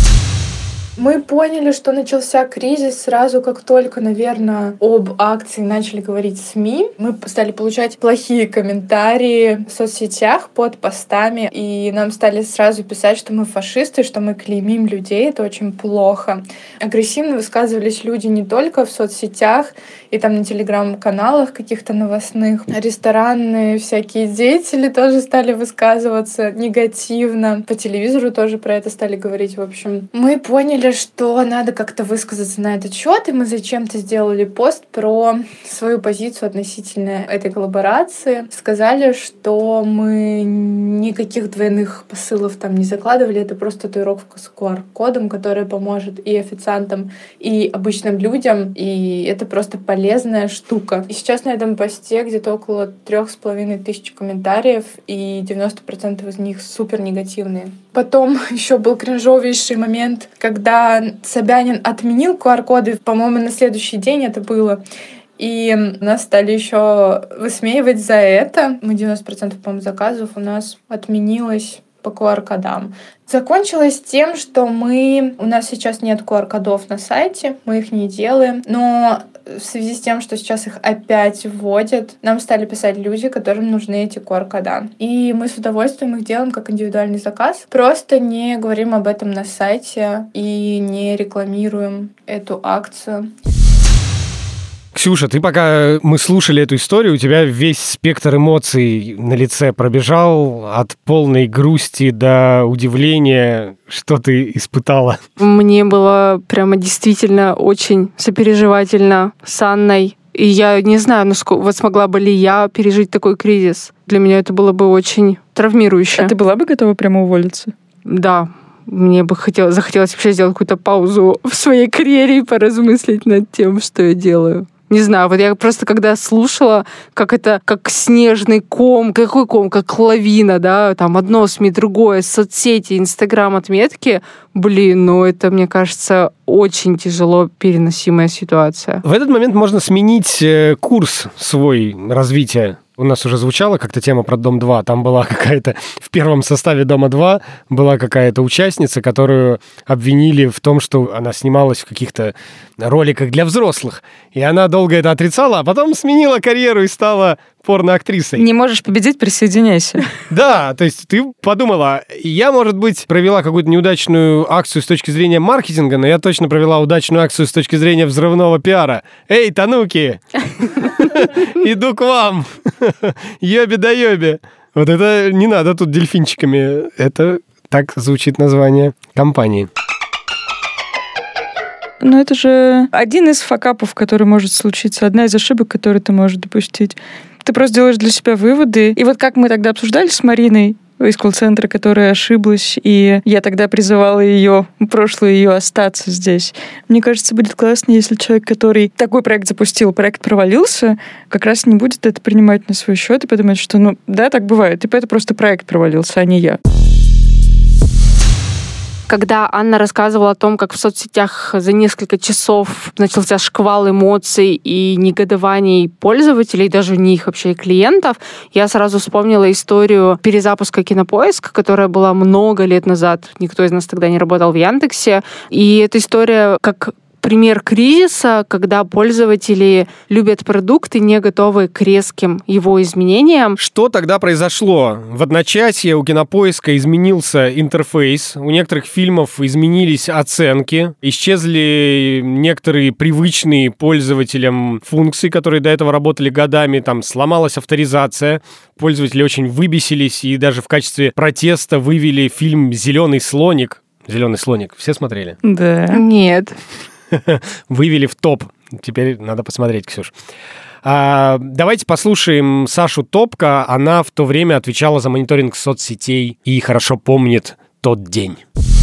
Мы поняли, что начался кризис сразу, как только, наверное, об акции начали говорить СМИ. Мы стали получать плохие комментарии в соцсетях под постами, и нам стали сразу писать, что мы фашисты, что мы клеймим людей, это очень плохо. Агрессивно высказывались люди не только в соцсетях и там на телеграм-каналах каких-то новостных. Ресторанные всякие деятели тоже стали высказываться негативно. По телевизору тоже про это стали говорить. В общем, мы поняли, что надо как-то высказаться на этот счет, и мы зачем-то сделали пост про свою позицию относительно этой коллаборации. Сказали, что мы никаких двойных посылов там не закладывали, это просто татуировка с ку ар-кодом, которая поможет и официантам, и обычным людям, и это просто полезная штука. И сейчас на этом посте где-то около трех с половиной тысяч комментариев, и девяносто процентов из них супер негативные. Потом еще был кринжовейший момент, когда Собянин отменил ку ар-коды, по-моему, на следующий день это было. И нас стали еще высмеивать за это. Мы девяносто процентов, по-моему, заказов у нас отменилось по ку ар-кодам. Закончилось тем, что мы... У нас сейчас нет ку ар-кодов на сайте, мы их не делаем, но в связи с тем, что сейчас их опять вводят, нам стали писать люди, которым нужны эти ку ар-кода. И мы с удовольствием их делаем как индивидуальный заказ. Просто не говорим об этом на сайте и не рекламируем эту акцию. Ксюша, ты пока мы слушали эту историю, у тебя весь спектр эмоций на лице пробежал от полной грусти до удивления. Что ты испытала? Мне было прямо действительно очень сопереживательно с Анной. И я не знаю, насколько, вот смогла бы ли я пережить такой кризис. Для меня это было бы очень травмирующе. А ты была бы готова прямо уволиться? Да. Мне бы хотелось, захотелось вообще сделать какую-то паузу в своей карьере и поразмыслить над тем, что я делаю. Не знаю, вот я просто когда слушала, как это, как снежный ком, какой ком, как лавина, да, там одно СМИ, другое, соцсети, Инстаграм, отметки, блин, ну это, мне кажется, очень тяжело переносимая ситуация. В этот момент можно сменить курс свой развития. У нас уже звучала как-то тема про Дом-два. Там была какая-то... В первом составе Дома-два была какая-то участница, которую обвинили в том, что она снималась в каких-то роликах для взрослых. И она долго это отрицала, а потом сменила карьеру и стала порноактрисой. Не можешь победить, присоединяйся. Да, то есть ты подумала, я, может быть, провела какую-то неудачную акцию с точки зрения маркетинга, но я точно провела удачную акцию с точки зрения взрывного пиара. Эй, тануки! Иду к вам! Йоби да йоби! Вот это не надо тут дельфинчиками. Это так звучит название компании. Но это же один из факапов, который может случиться, одна из ошибок, которые ты можешь допустить. Ты просто делаешь для себя выводы. И вот как мы тогда обсуждали с Мариной из колл-центра, которая ошиблась, и я тогда призывала ее, прошлую ее, остаться здесь. Мне кажется, будет классно, если человек, который такой проект запустил, проект провалился, как раз не будет это принимать на свой счет и подумать, что, ну, да, так бывает. Типа это просто проект провалился, а не я. когда Анна рассказывала о том, как в соцсетях за несколько часов начался шквал эмоций и негодований пользователей, даже не их вообще и клиентов, я сразу вспомнила историю перезапуска Кинопоиска, которая была много лет назад. Никто из нас тогда не работал в Яндексе. И эта история как пример кризиса, когда пользователи любят продукт и не готовы к резким его изменениям. Что тогда произошло? В одночасье у Кинопоиска изменился интерфейс, у некоторых фильмов изменились оценки, исчезли некоторые привычные пользователям функции, которые до этого работали годами, там сломалась авторизация, пользователи очень выбесились и даже в качестве протеста вывели фильм «Зеленый слоник». «Зеленый слоник» все смотрели? Да. Нет. Вывели в топ. Теперь надо посмотреть, Ксюш. А, давайте послушаем Сашу Топко. Она в то время отвечала за мониторинг соцсетей и хорошо помнит тот день.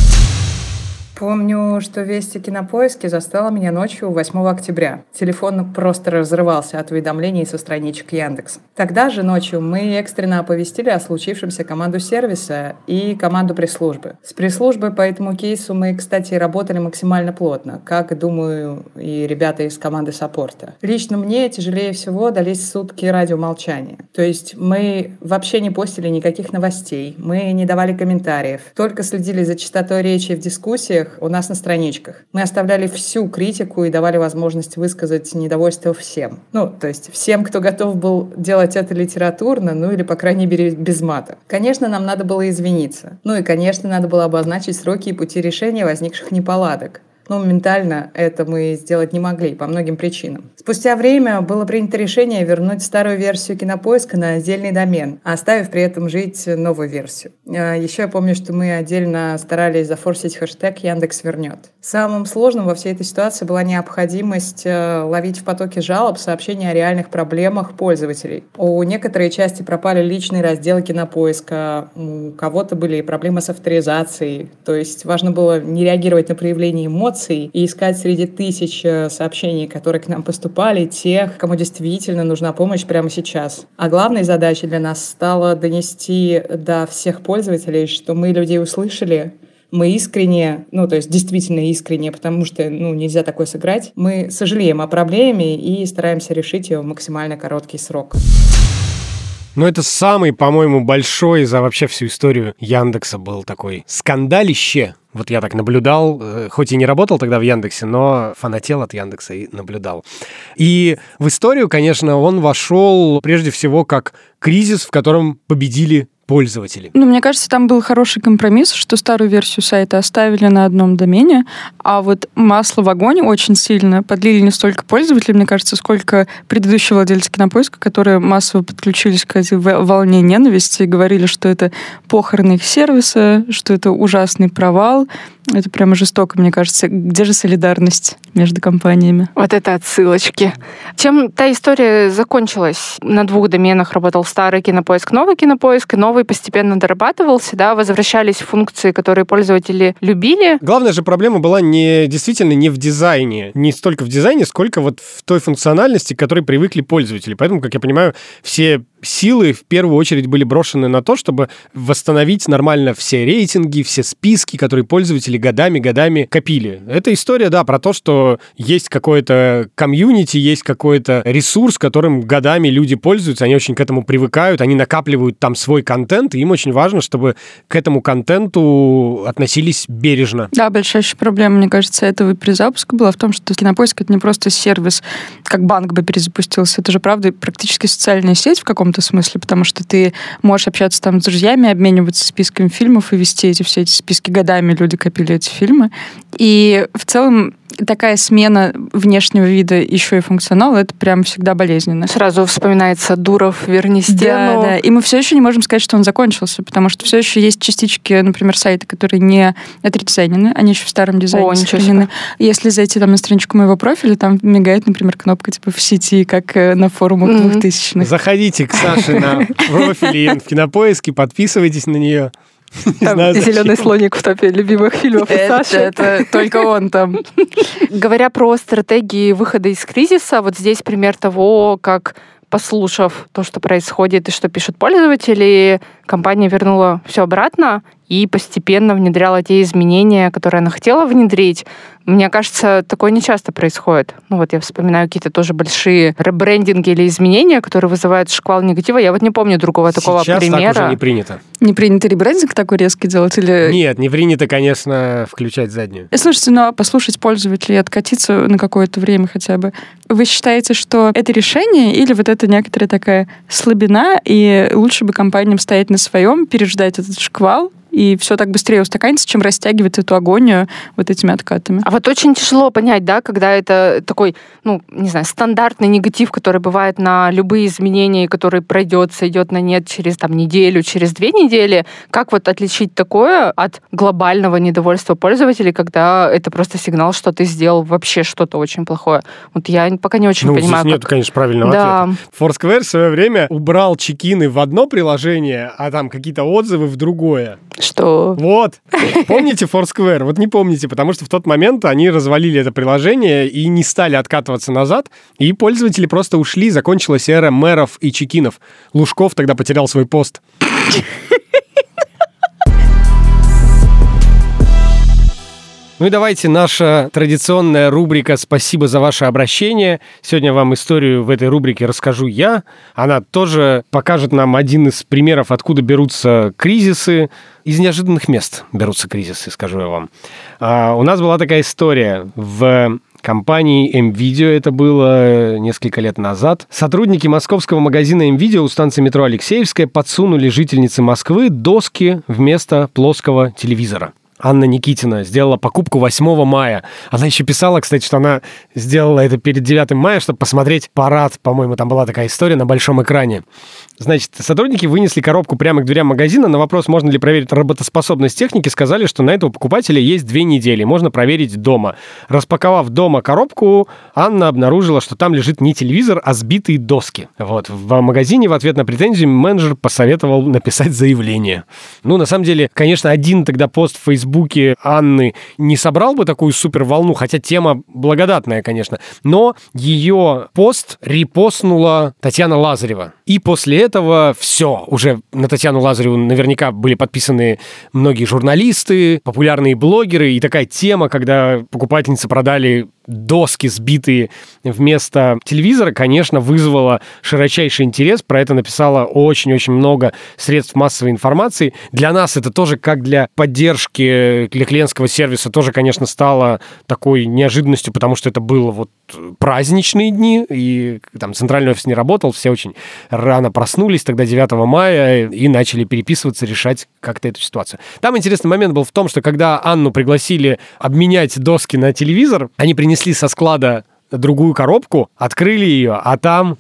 Помню, что весть о Кинопоиске застала меня ночью восьмого октября. Телефон просто разрывался от уведомлений со страничек Яндекс. Тогда же ночью мы экстренно оповестили о случившемся команду сервиса и команду пресс-службы. С пресс-службой по этому кейсу мы, кстати, работали максимально плотно, как, думаю, и ребята из команды саппорта. Лично мне тяжелее всего дались сутки радиомолчания. То есть мы вообще не постили никаких новостей, мы не давали комментариев, только следили за частотой речи в дискуссиях у нас на страничках. Мы оставляли всю критику и давали возможность высказать недовольство всем. Ну, то есть всем, кто готов был делать это литературно, ну или, по крайней мере, без мата. Конечно, нам надо было извиниться. Ну и, конечно, надо было обозначить сроки и пути решения возникших неполадок. Но моментально это мы сделать не могли по многим причинам. Спустя время было принято решение вернуть старую версию Кинопоиска на отдельный домен, оставив при этом жить новую версию. Еще я помню, что мы отдельно старались зафорсить хэштег «Яндекс вернет». Самым сложным во всей этой ситуации была необходимость ловить в потоке жалоб сообщения о реальных проблемах пользователей. У некоторой части пропали личные разделы Кинопоиска, у кого-то были проблемы с авторизацией, то есть важно было не реагировать на проявление эмоций, и искать среди тысяч сообщений, которые к нам поступали, тех, кому действительно нужна помощь прямо сейчас. А главной задачей для нас стало донести до всех пользователей, что мы людей услышали, мы искренне, ну, то есть действительно искренне, потому что, ну, нельзя такое сыграть. Мы сожалеем о проблеме и стараемся решить ее в максимально короткий срок. Ну, это самый, по-моему, большой за вообще всю историю Яндекса был такой скандалище. Вот я так наблюдал, хоть и не работал тогда в Яндексе, но фанател от Яндекса и наблюдал. И в историю, конечно, он вошел прежде всего как кризис, в котором победили пользователи. Ну, мне кажется, там был хороший компромисс, что старую версию сайта оставили на одном домене, а вот масло в огонь очень сильно подлили не столько пользователи, мне кажется, сколько предыдущие владельцы Кинопоиска, которые массово подключились к этой волне ненависти и говорили, что это похороны их сервиса, что это ужасный провал. Это прямо жестоко, мне кажется. Где же солидарность между компаниями? Вот это отсылочки. Чем та история закончилась? На двух доменах работал старый Кинопоиск, новый Кинопоиск, и новый постепенно дорабатывался, да, возвращались функции, которые пользователи любили. Главная же проблема была не действительно не в дизайне, не столько в дизайне, сколько вот в той функциональности, к которой привыкли пользователи. Поэтому, как я понимаю, все силы в первую очередь были брошены на то, чтобы восстановить нормально все рейтинги, все списки, которые пользователи годами-годами копили. Это история, да, про то, что есть какое-то комьюнити, есть какой-то ресурс, которым годами люди пользуются, они очень к этому привыкают, они накапливают там свой контент, и им очень важно, чтобы к этому контенту относились бережно. Да, большая еще проблема, мне кажется, этого перезапуска была в том, что Кинопоиск — это не просто сервис, как банк бы перезапустился, это же, правда, практически социальная сеть в каком-то смысле, потому что ты можешь общаться там с друзьями, обмениваться списками фильмов и вести эти все эти списки годами, люди копили эти фильмы. И в целом такая смена внешнего вида еще и функционала, это прям всегда болезненно. Сразу вспоминается Дуров, верни стену. Да, да. И мы все еще не можем сказать, что он закончился, потому что все еще есть частички, например, сайта, которые не отредизайнены, они еще в старом дизайне О, сохранены. Если зайти там на страничку моего профиля, там мигает, например, кнопка типа в сети, как на форумах mm-hmm. двухтысячных. Заходите к Саше на профиль в Кинопоиске, подписывайтесь на нее. Там «Зеленый слоник» в топе любимых фильмов Саши. Это только он там. Говоря про стратегии выхода из кризиса, вот здесь пример того, как, послушав то, что происходит и что пишут пользователи, компания вернула все обратно и постепенно внедряла те изменения, которые она хотела внедрить. Мне кажется, такое не часто происходит. Ну вот я вспоминаю какие-то тоже большие ребрендинги или изменения, которые вызывают шквал негатива. Я вот не помню другого такого Сейчас примера. так уже не принято. Не принято ребрендинг такой резкий делать? Или... Нет, не принято, конечно, включать заднюю. Слушайте, но послушать пользователей, откатиться на какое-то время хотя бы. Вы считаете, что это решение или вот это некоторая такая слабина, и лучше бы компаниям стоять на своем, переждать этот шквал, и все так быстрее устаканится, чем растягивать эту агонию вот этими откатами. А вот очень тяжело понять, да, когда это такой, ну, не знаю, стандартный негатив, который бывает на любые изменения, который пройдет, сойдет на нет через там неделю, через две недели. Как вот отличить такое от глобального недовольства пользователей, когда это просто сигнал, что ты сделал вообще что-то очень плохое? Вот я пока не очень ну, понимаю. Здесь как... нет, конечно, правильного да. ответа. Foursquare в свое время убрал чекины в одно приложение, а там какие-то отзывы в другое. Что? Вот. Помните Foursquare? Вот не помните, потому что в тот момент они развалили это приложение и не стали откатываться назад, и пользователи просто ушли, закончилась эра мэров и чекинов. Лужков тогда потерял свой пост. Ну и давайте наша традиционная рубрика «Спасибо за ваше обращение». Сегодня вам историю в этой рубрике расскажу я. Она тоже покажет нам один из примеров, откуда берутся кризисы. Из неожиданных мест берутся кризисы, скажу я вам. А, у нас была такая история в компании МВидео, это было несколько лет назад. Сотрудники московского магазина МВидео у станции метро Алексеевская подсунули жительнице Москвы доски вместо плоского телевизора. Анна Никитина сделала покупку восьмого мая. Она еще писала, кстати, что она сделала это перед девятым мая, чтобы посмотреть парад. По-моему, там была такая история на большом экране. Значит, сотрудники вынесли коробку прямо к дверям магазина. На вопрос, можно ли проверить работоспособность техники, сказали, что на этого покупателя есть две недели. Можно проверить дома. Распаковав дома коробку, Анна обнаружила, что там лежит не телевизор, а сбитые доски. Вот. В магазине в ответ на претензию менеджер посоветовал написать заявление. Ну, на самом деле, конечно, один тогда пост в Фейсбуке Анны не собрал бы такую супер волну, хотя тема благодатная, конечно. Но ее пост репостнула Татьяна Лазарева. И после этого все. Уже на Татьяну Лазареву наверняка были подписаны многие журналисты, популярные блогеры. И такая тема, когда покупательницы продали доски, сбитые вместо телевизора, конечно, вызвала широчайший интерес. Про это написало очень-очень много средств массовой информации. Для нас это тоже, как для поддержки, для клиентского сервиса, тоже, конечно, стало такой неожиданностью, потому что это было вот праздничные дни, и там центральный офис не работал, все очень рано проснулись тогда девятого мая и начали переписываться, решать как-то эту ситуацию. Там интересный момент был в том, что когда Анну пригласили обменять доски на телевизор, они принесли со склада другую коробку, открыли ее, а там...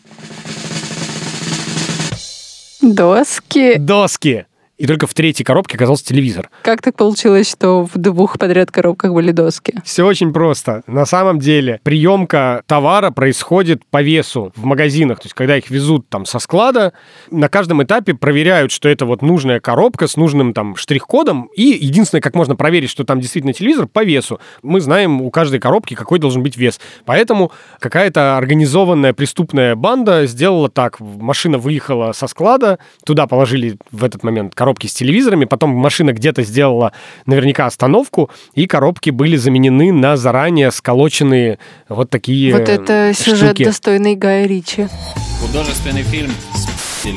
Доски. Доски. И только в третьей коробке оказался телевизор. Как так получилось, что в двух подряд коробках были доски? Все очень просто. На самом деле приемка товара происходит по весу в магазинах. То есть, когда их везут там со склада, на каждом этапе проверяют, что это вот нужная коробка с нужным там штрих-кодом. И единственное, как можно проверить, что там действительно телевизор, по весу. Мы знаем у каждой коробки, какой должен быть вес. Поэтому какая-то организованная преступная банда сделала так. Машина выехала со склада, туда положили в этот момент коробку с телевизорами, потом машина где-то сделала наверняка остановку, и коробки были заменены на заранее сколоченные вот такие Вот это сюжет, штуки. достойный Гая Ричи. Художественный фильм «С***ли».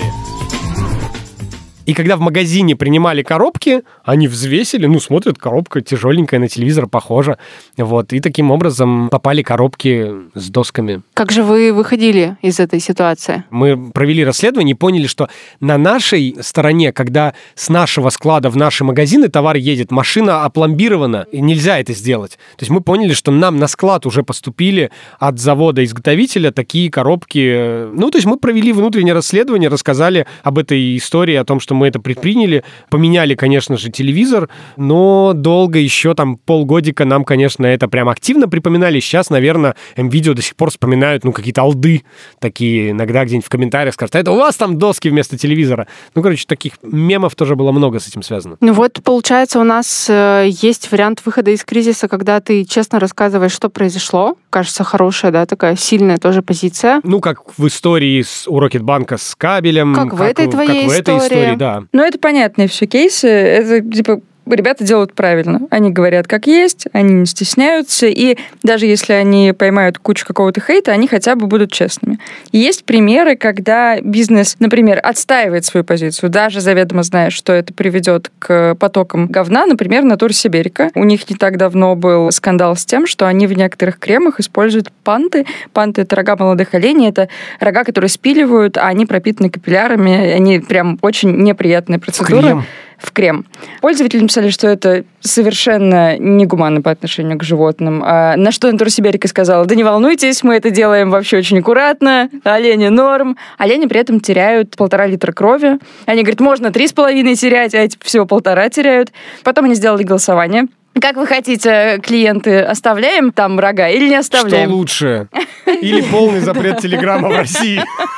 И когда в магазине принимали коробки, они взвесили, ну, смотрят, коробка тяжеленькая, на телевизор похожа. Вот, и таким образом попали коробки с досками. Как же вы выходили из этой ситуации? Мы провели расследование и поняли, что на нашей стороне, когда с нашего склада в наши магазины товар едет, машина опломбирована, и нельзя это сделать. То есть мы поняли, что нам на склад уже поступили от завода-изготовителя такие коробки. Ну, то есть мы провели внутреннее расследование, рассказали об этой истории, о том, что мы это предприняли, поменяли, конечно же, телевизор, но долго еще, там, полгодика нам, конечно, это прям активно припоминали. Сейчас, наверное, МВидео до сих пор вспоминают, ну, какие-то алды такие, иногда где-нибудь в комментариях скажут, а это у вас там доски вместо телевизора. Ну, короче, таких мемов тоже было много с этим связано. Ну вот, получается, у нас э, есть вариант выхода из кризиса, когда ты честно рассказываешь, что произошло. Кажется, хорошая, да, такая сильная тоже позиция. Ну, как в истории с, у Рокетбанка с кабелем. Как, как в этой твоей как в этой истории. истории, да. Ну, это понятные все кейсы. Это, типа, ребята делают правильно. Они говорят, как есть, они не стесняются, и даже если они поймают кучу какого-то хейта, они хотя бы будут честными. И есть примеры, когда бизнес, например, отстаивает свою позицию, даже заведомо зная, что это приведет к потокам говна, например, Натура Сиберика. У них не так давно был скандал с тем, что они в некоторых кремах используют панты. Панты — это рога молодых оленей, это рога, которые спиливают, а они пропитаны капиллярами, они прям очень неприятная процедура. Крем. В крем. Пользователи написали, что это совершенно негуманно по отношению к животным. А на что Натура Сиберика сказала, да не волнуйтесь, мы это делаем вообще очень аккуратно, олени норм. Олени при этом теряют полтора литра крови. Они говорят, можно три с половиной терять, а эти всего полтора теряют. Потом они сделали голосование. Как вы хотите, клиенты, оставляем там рога или не оставляем? Что лучше? Или полный запрет Телеграма в России?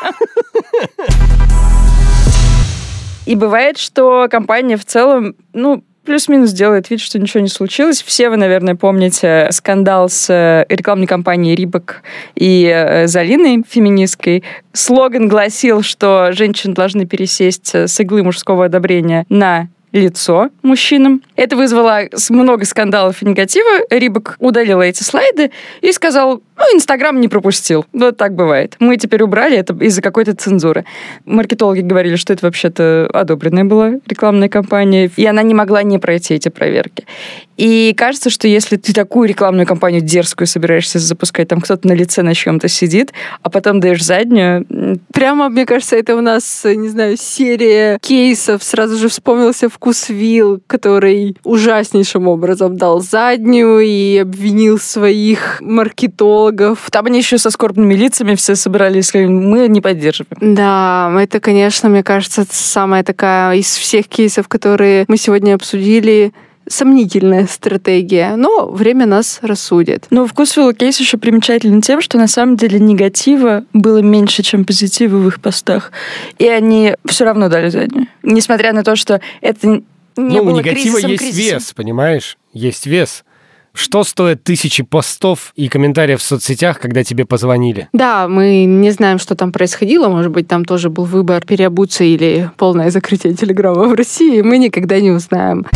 И бывает, что компания в целом, ну, плюс-минус делает вид, что ничего не случилось. Все вы, наверное, помните скандал с рекламной кампанией Рибок и Залиной, феминисткой. Слоган гласил, что женщины должны пересесть с иглы мужского одобрения на лицо мужчинам. Это вызвало много скандалов и негатива. Рибок удалила эти слайды и сказал, ну, Инстаграм не пропустил. Вот так бывает. Мы теперь убрали это из-за какой-то цензуры. Маркетологи говорили, что это вообще-то одобренная была рекламная кампания, и она не могла не пройти эти проверки. И кажется, что если ты такую рекламную кампанию дерзкую собираешься запускать, там кто-то на лице на чьем-то сидит, а потом даешь заднюю... Прямо, мне кажется, это у нас, не знаю, серия кейсов. Сразу же вспомнился Вкусвилл, который ужаснейшим образом дал заднюю и обвинил своих маркетологов. Там они еще со скорбными лицами все собрались, сказали, мы не поддерживаем. Да, это, конечно, мне кажется, самая такая из всех кейсов, которые мы сегодня обсудили, сомнительная стратегия, но время нас рассудит. Но Вкусвилл кейс еще примечателен тем, что на самом деле негатива было меньше, чем позитива в их постах. И они все равно дали заднюю. Несмотря на то, что это не ну, было у негатива есть кризисом. вес, понимаешь? Есть вес. Что стоят тысячи постов и комментариев в соцсетях, когда тебе позвонили? Да, мы не знаем, что там происходило. Может быть, там тоже был выбор переобуться или полное закрытие Телеграма в России. Мы никогда не узнаем.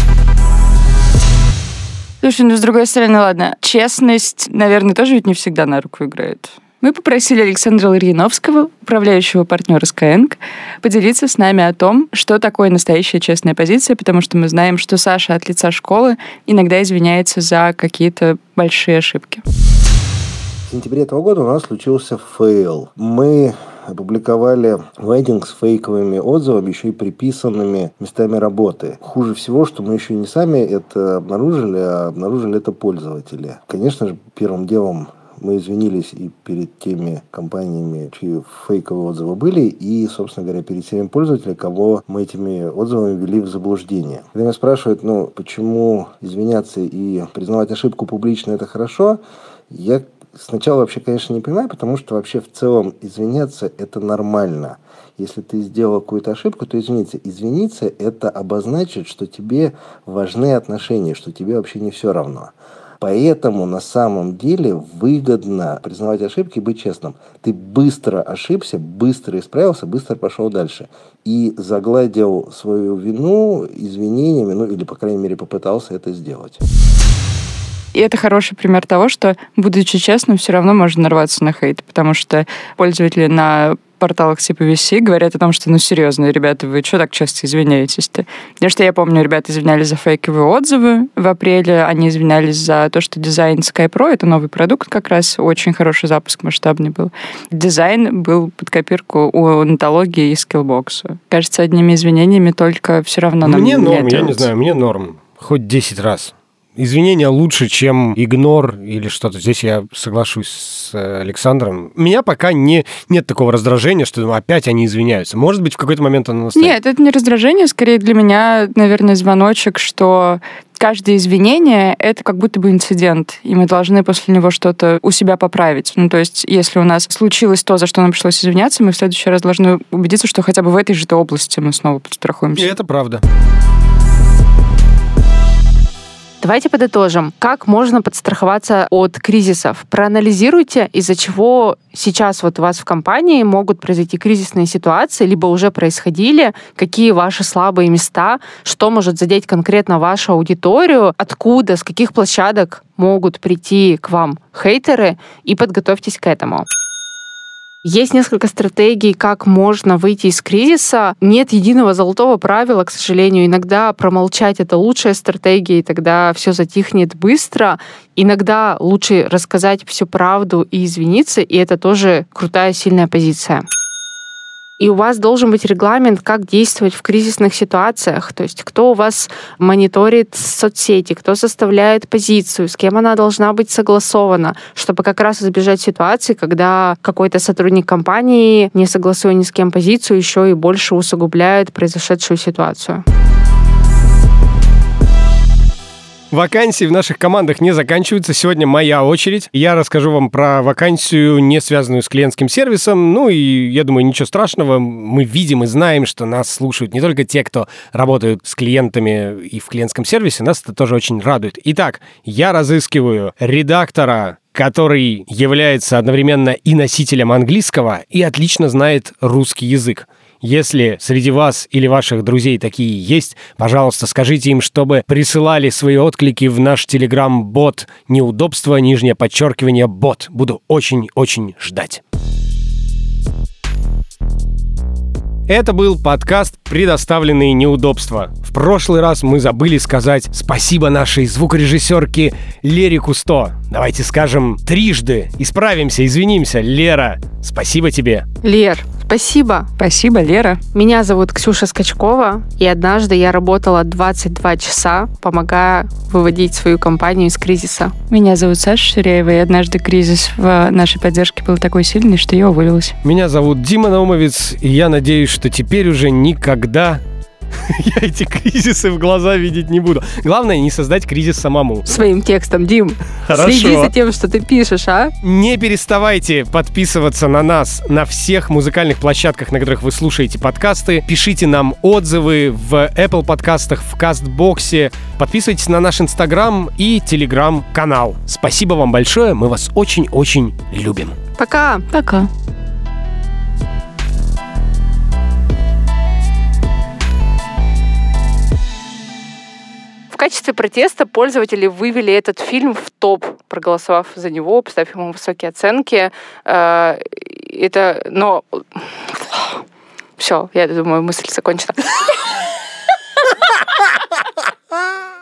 Слушай, ну, с другой стороны, ладно, честность, наверное, тоже ведь не всегда на руку играет. Мы попросили Александра Ларьяновского, управляющего партнера Skyeng, поделиться с нами о том, что такое настоящая честная позиция, потому что мы знаем, что Саша от лица школы иногда извиняется за какие-то большие ошибки. В сентябре этого года у нас случился фейл. Мы опубликовали вейдинг с фейковыми отзывами, еще и приписанными местами работы. Хуже всего, что мы еще не сами это обнаружили, а обнаружили это пользователи. Конечно же, первым делом мы извинились и перед теми компаниями, чьи фейковые отзывы были, и, собственно говоря, перед теми пользователями, кого мы этими отзывами ввели в заблуждение. Когда меня спрашивают, ну, почему извиняться и признавать ошибку публично – это хорошо, я сначала вообще, конечно, не понимаю, потому что вообще в целом извиняться – это нормально. Если ты сделал какую-то ошибку, то извиниться. Извиниться – это обозначит, что тебе важны отношения, что тебе вообще не все равно. Поэтому на самом деле выгодно признавать ошибки и быть честным. Ты быстро ошибся, быстро исправился, быстро пошел дальше. И загладил свою вину извинениями, ну или, по крайней мере, попытался это сделать. И это хороший пример того, что, будучи честным, все равно можно нарваться на хейт, потому что пользователи на порталах типа ви си говорят о том, что, ну, серьезно, ребята, вы что так часто извиняетесь-то? Потому что я помню, ребята извинялись за фейковые отзывы. В апреле они извинялись за то, что дизайн Sky Pro, это новый продукт как раз, очень хороший запуск, масштабный был. Дизайн был под копирку у Натологии и Skillbox. Кажется, одними извинениями только все равно нам мне не норм, отделаться. Я не знаю, мне норм. Хоть десять раз Извинения лучше, чем игнор или что-то. Здесь я соглашусь с Александром. У меня пока не, нет такого раздражения, что ну, опять они извиняются. Может быть, в какой-то момент оно настанет. Нет, это не раздражение, скорее для меня, наверное, звоночек, что каждое извинение — это как будто бы инцидент, и мы должны после него что-то у себя поправить. Ну, то есть, если у нас случилось то, за что нам пришлось извиняться, мы в следующий раз должны убедиться, что хотя бы в этой же области мы снова подстрахуемся. И это правда. Давайте подытожим. Как можно подстраховаться от кризисов? Проанализируйте, из-за чего сейчас вот у вас в компании могут произойти кризисные ситуации, либо уже происходили, какие ваши слабые места, что может задеть конкретно вашу аудиторию, откуда, с каких площадок могут прийти к вам хейтеры, и подготовьтесь к этому. Есть несколько стратегий, как можно выйти из кризиса. Нет единого золотого правила, к сожалению. Иногда промолчать — это лучшая стратегия, и тогда все затихнет быстро. Иногда лучше рассказать всю правду и извиниться, и это тоже крутая, сильная позиция. И у вас должен быть регламент, как действовать в кризисных ситуациях. То есть кто у вас мониторит соцсети, кто составляет позицию, с кем она должна быть согласована, чтобы как раз избежать ситуации, когда какой-то сотрудник компании, не согласуя ни с кем позицию, еще и больше усугубляет произошедшую ситуацию. Вакансии в наших командах не заканчиваются. Сегодня моя очередь. Я расскажу вам про вакансию, не связанную с клиентским сервисом. Ну и, я думаю, ничего страшного. Мы видим и знаем, что нас слушают не только те, кто работают с клиентами и в клиентском сервисе. Нас это тоже очень радует. Итак, я разыскиваю редактора, который является одновременно и носителем английского, и отлично знает русский язык. Если среди вас или ваших друзей такие есть, пожалуйста, скажите им, чтобы присылали свои отклики в наш телеграм-бот «Неудобство», нижнее подчеркивание, бот. Буду очень-очень ждать. Это был подкаст «Предоставленные неудобства». В прошлый раз мы забыли сказать спасибо нашей звукорежиссерке Лере Кусто. Давайте скажем трижды. Исправимся, извинимся. Лера, спасибо тебе. Лер, спасибо. Спасибо, Лера. Меня зовут Ксюша Скачкова, и однажды я работала двадцать два часа, помогая выводить свою компанию из кризиса. Меня зовут Саша Ширяева, и однажды кризис в нашей поддержке был такой сильный, что я уволилась. Меня зовут Дима Наумовец, и я надеюсь, что теперь уже никогда я эти кризисы в глаза видеть не буду. Главное, не создать кризис самому. Своим текстом, Дим. Хорошо. Следи за тем, что ты пишешь, а? Не переставайте подписываться на нас на всех музыкальных площадках, на которых вы слушаете подкасты. Пишите нам отзывы в Apple подкастах, в Кастбоксе. Подписывайтесь на наш Инстаграм и Телеграм-канал. Спасибо вам большое. Мы вас очень-очень любим. Пока. Пока. В качестве протеста пользователи вывели этот фильм в топ, проголосовав за него, поставив ему высокие оценки. Это, но... Все, я думаю, мысль закончена.